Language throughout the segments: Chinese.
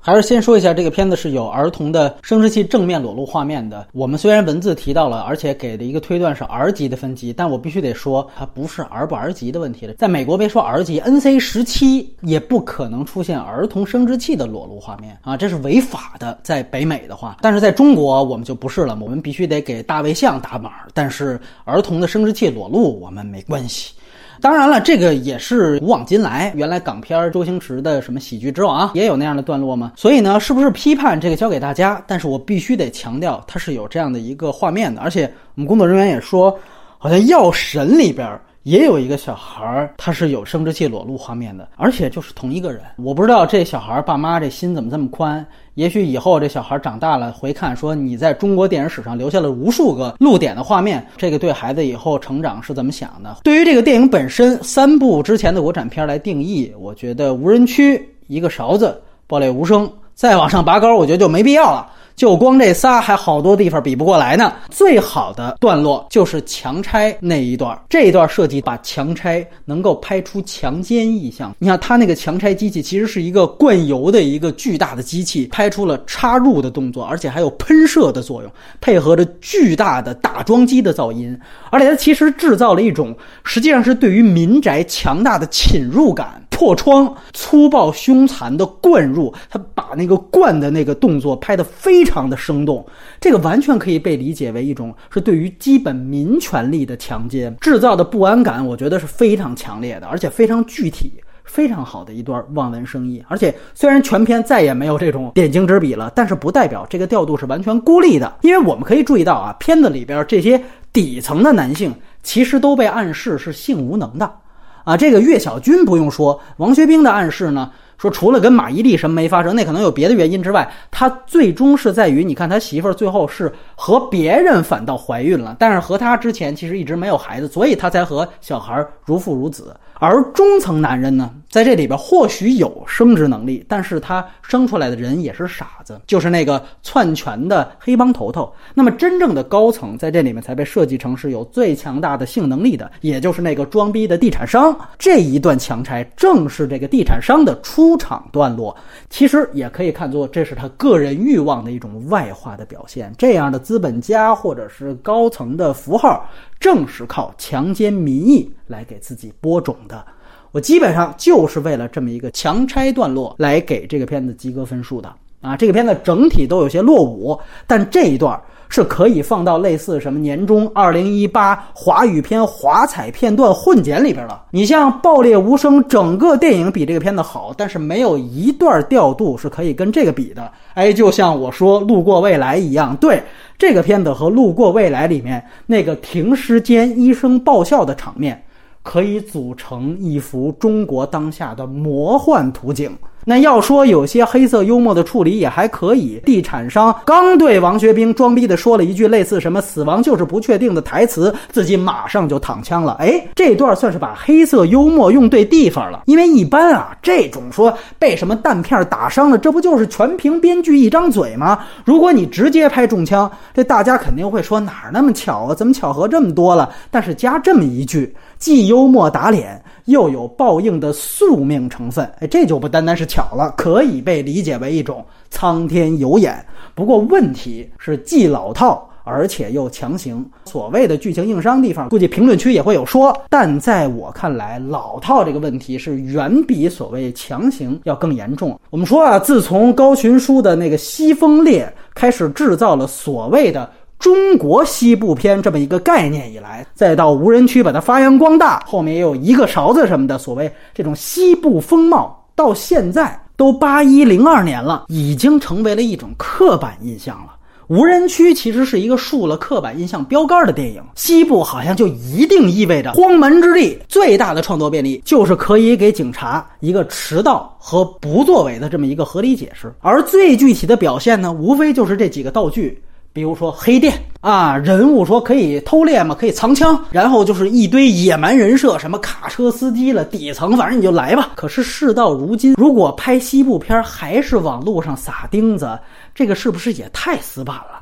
还是先说一下，这个片子是有儿童的生殖器正面裸露画面的。我们虽然文字提到了，而且给的一个推断是 R 级的分级，但我必须得说，它不是 R 不 R 级的问题了。在美国别说 R 级 ，NC-17也不可能出现儿童生殖器的裸露画面啊，这是违法的，在北美的话。但是在中国我们就不是了，我们必须得给大卫像打码，但是儿童的生殖器裸露我们没关系。当然了，这个也是古往今来，原来港片周星驰的什么喜剧之王也有那样的段落嘛。所以呢，是不是批判这个交给大家，但是我必须得强调它是有这样的一个画面的。而且我们工作人员也说，好像药神里边也有一个小孩，他是有生殖器裸露画面的，而且就是同一个人。我不知道这小孩爸妈这心怎么这么宽，也许以后这小孩长大了回看说你在中国电影史上留下了无数个露点的画面，这个对孩子以后成长是怎么想的。对于这个电影本身，3部之前的国产片来定义，我觉得无人区、一个勺子、爆裂无声，再往上拔高我觉得就没必要了，就光这仨还好多地方比不过来呢。最好的段落就是强拆那一段，这一段设计把强拆能够拍出强奸意象。你看他那个强拆机器其实是一个灌油的一个巨大的机器，拍出了插入的动作，而且还有喷射的作用，配合着巨大的打桩机的噪音，而且它其实制造了一种实际上是对于民宅强大的侵入感，破窗粗暴凶残的灌入，他把那个灌的那个动作拍得非常的生动，这个完全可以被理解为一种是对于基本民权利的强奸，制造的不安感我觉得是非常强烈的，而且非常具体，非常好的一段望文生义。而且虽然全片再也没有这种点睛之笔了，但是不代表这个调度是完全孤立的，因为我们可以注意到啊，片子里边这些底层的男性其实都被暗示是性无能的啊。这个岳小军不用说，王学兵的暗示呢，说除了跟马伊琍什么没发生，那可能有别的原因之外，他最终是在于，你看他媳妇儿最后是和别人反倒怀孕了，但是和他之前其实一直没有孩子，所以他才和小孩如父如子。而中层男人呢，在这里边或许有生殖能力，但是他生出来的人也是傻子，就是那个篡权的黑帮头头。那么真正的高层在这里面才被设计成是有最强大的性能力的，也就是那个装逼的地产商。这一段强拆正是这个地产商的出场段落，其实也可以看作这是他个人欲望的一种外化的表现。这样的资本家或者是高层的符号，正是靠强奸民意来给自己播种的。我基本上就是为了这么一个强拆段落来给这个片子及格分数的啊。这个片子整体都有些落伍，但这一段是可以放到类似什么年终2018华语片华彩片段混剪里边了。你像爆裂无声，整个电影比这个片子好，但是没有一段调度是可以跟这个比的。就像我说路过未来一样，对，这个片子和路过未来里面那个停尸间医生爆笑的场面可以组成一幅中国当下的魔幻图景。那要说有些黑色幽默的处理也还可以，地产商刚对王学兵装逼的说了一句类似什么死亡就是不确定的台词，自己马上就躺枪了。这段算是把黑色幽默用对地方了。因为一般啊，这种说被什么弹片打伤了，这不就是全凭编剧一张嘴吗？如果你直接拍中枪，这大家肯定会说哪儿那么巧啊，怎么巧合这么多了？但是加这么一句，既幽默打脸又有报应的宿命成分，这就不单单是巧了，可以被理解为一种苍天有眼。不过问题是既老套而且又强行，所谓的剧情硬伤地方估计评论区也会有说，但在我看来老套这个问题是远比所谓强行要更严重。我们说啊，自从高群书的那个西风烈开始制造了所谓的中国西部片这么一个概念以来，再到无人区把它发扬光大，后面也有一个勺子什么的，所谓这种西部风貌，到现在都8102年了，已经成为了一种刻板印象了。无人区其实是一个树了刻板印象标杆的电影，西部好像就一定意味着荒蛮之地，最大的创作便利就是可以给警察一个迟到和不作为的这么一个合理解释，而最具体的表现呢，无非就是这几个道具。比如说黑店啊，人物说可以偷猎嘛，可以藏枪，然后就是一堆野蛮人设，什么卡车司机了，底层反正你就来吧。可是事到如今，如果拍西部片还是往路上撒钉子，这个是不是也太死板了？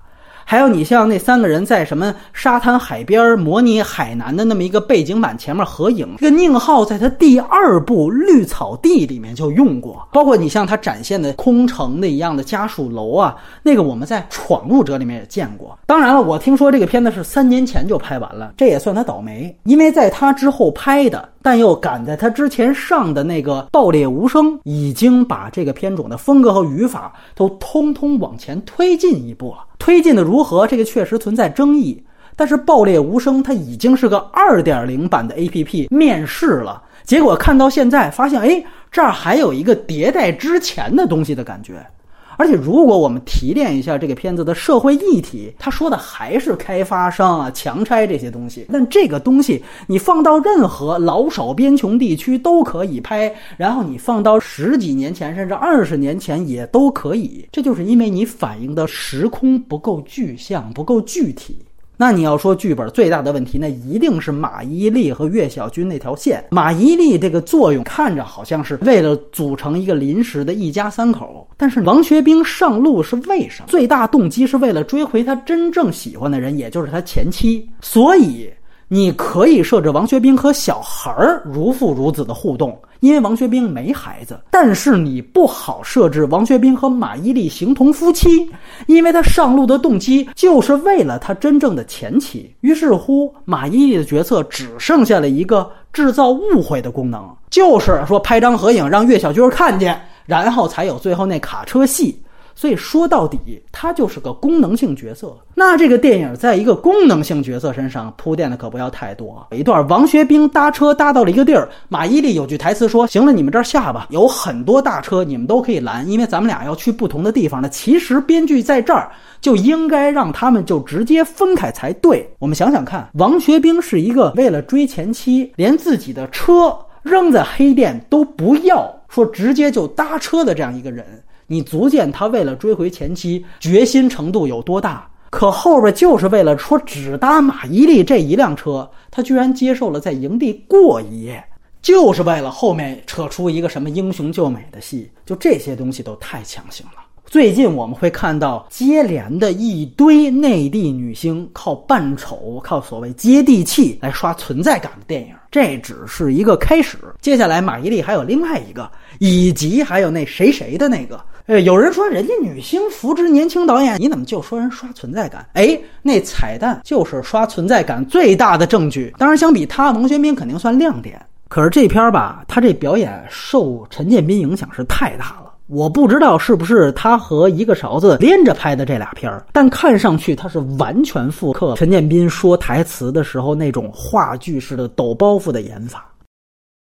还有你像那3个人在什么沙滩海边模拟海南的那么一个背景板前面合影，这个宁浩在他第2部绿草地里面就用过，包括你像他展现的空城的一样的家属楼啊，那个我们在闯入者里面也见过。当然了，我听说这个片子是3年前就拍完了，这也算他倒霉，因为在他之后拍的但又赶在他之前上的那个爆裂无声已经把这个片种的风格和语法都通通往前推进一步了。推进的如何，这个确实存在争议，但是爆裂无声它已经是个 2.0 版的 APP 面世了，结果看到现在发现这儿还有一个迭代之前的东西的感觉。而且如果我们提炼一下这个片子的社会议题，他说的还是开发商啊、强拆这些东西，但这个东西你放到任何老少边穷地区都可以拍，然后你放到10几年前甚至20年前也都可以，这就是因为你反映的时空不够具象、不够具体。那你要说剧本最大的问题，那一定是马伊琍和岳小军那条线。马伊琍这个作用看着好像是为了组成一个临时的一家3口，但是王学兵上路是为什么？最大动机是为了追回他真正喜欢的人，也就是他前妻。所以你可以设置王学兵和小孩如父如子的互动，因为王学兵没孩子，但是你不好设置王学兵和马伊琍形同夫妻，因为他上路的动机就是为了他真正的前妻。于是乎马伊琍的角色只剩下了一个制造误会的功能，就是说拍张合影让岳小军看见，然后才有最后那卡车戏。所以说到底它就是个功能性角色。那这个电影在一个功能性角色身上铺垫的可不要太多。一段王学兵搭车搭到了一个地儿，马伊琍有句台词说，行了，你们这儿下吧，有很多大车你们都可以拦，因为咱们俩要去不同的地方呢。其实编剧在这儿就应该让他们就直接分开才对。我们想想看，王学兵是一个为了追前妻连自己的车扔在黑店都不要，说直接就搭车的这样一个人，你足见他为了追回前妻决心程度有多大。可后边就是为了说只搭马伊琍这一辆车，他居然接受了在营地过一夜，就是为了后面扯出一个什么英雄救美的戏。就这些东西都太强行了。最近我们会看到接连的一堆内地女星靠扮丑、靠所谓接地气来刷存在感的电影，这只是一个开始。接下来马伊琍还有另外一个，以及还有那谁谁的那个。有人说人家女星扶植年轻导演，你怎么就说人刷存在感？那彩蛋就是刷存在感最大的证据。当然相比他，王学兵肯定算亮点。可是这片吧，他这表演受陈建斌影响是太大了。我不知道是不是他和一个勺子连着拍的这俩片儿，但看上去他是完全复刻陈建斌说台词的时候那种话剧式的抖包袱的演法。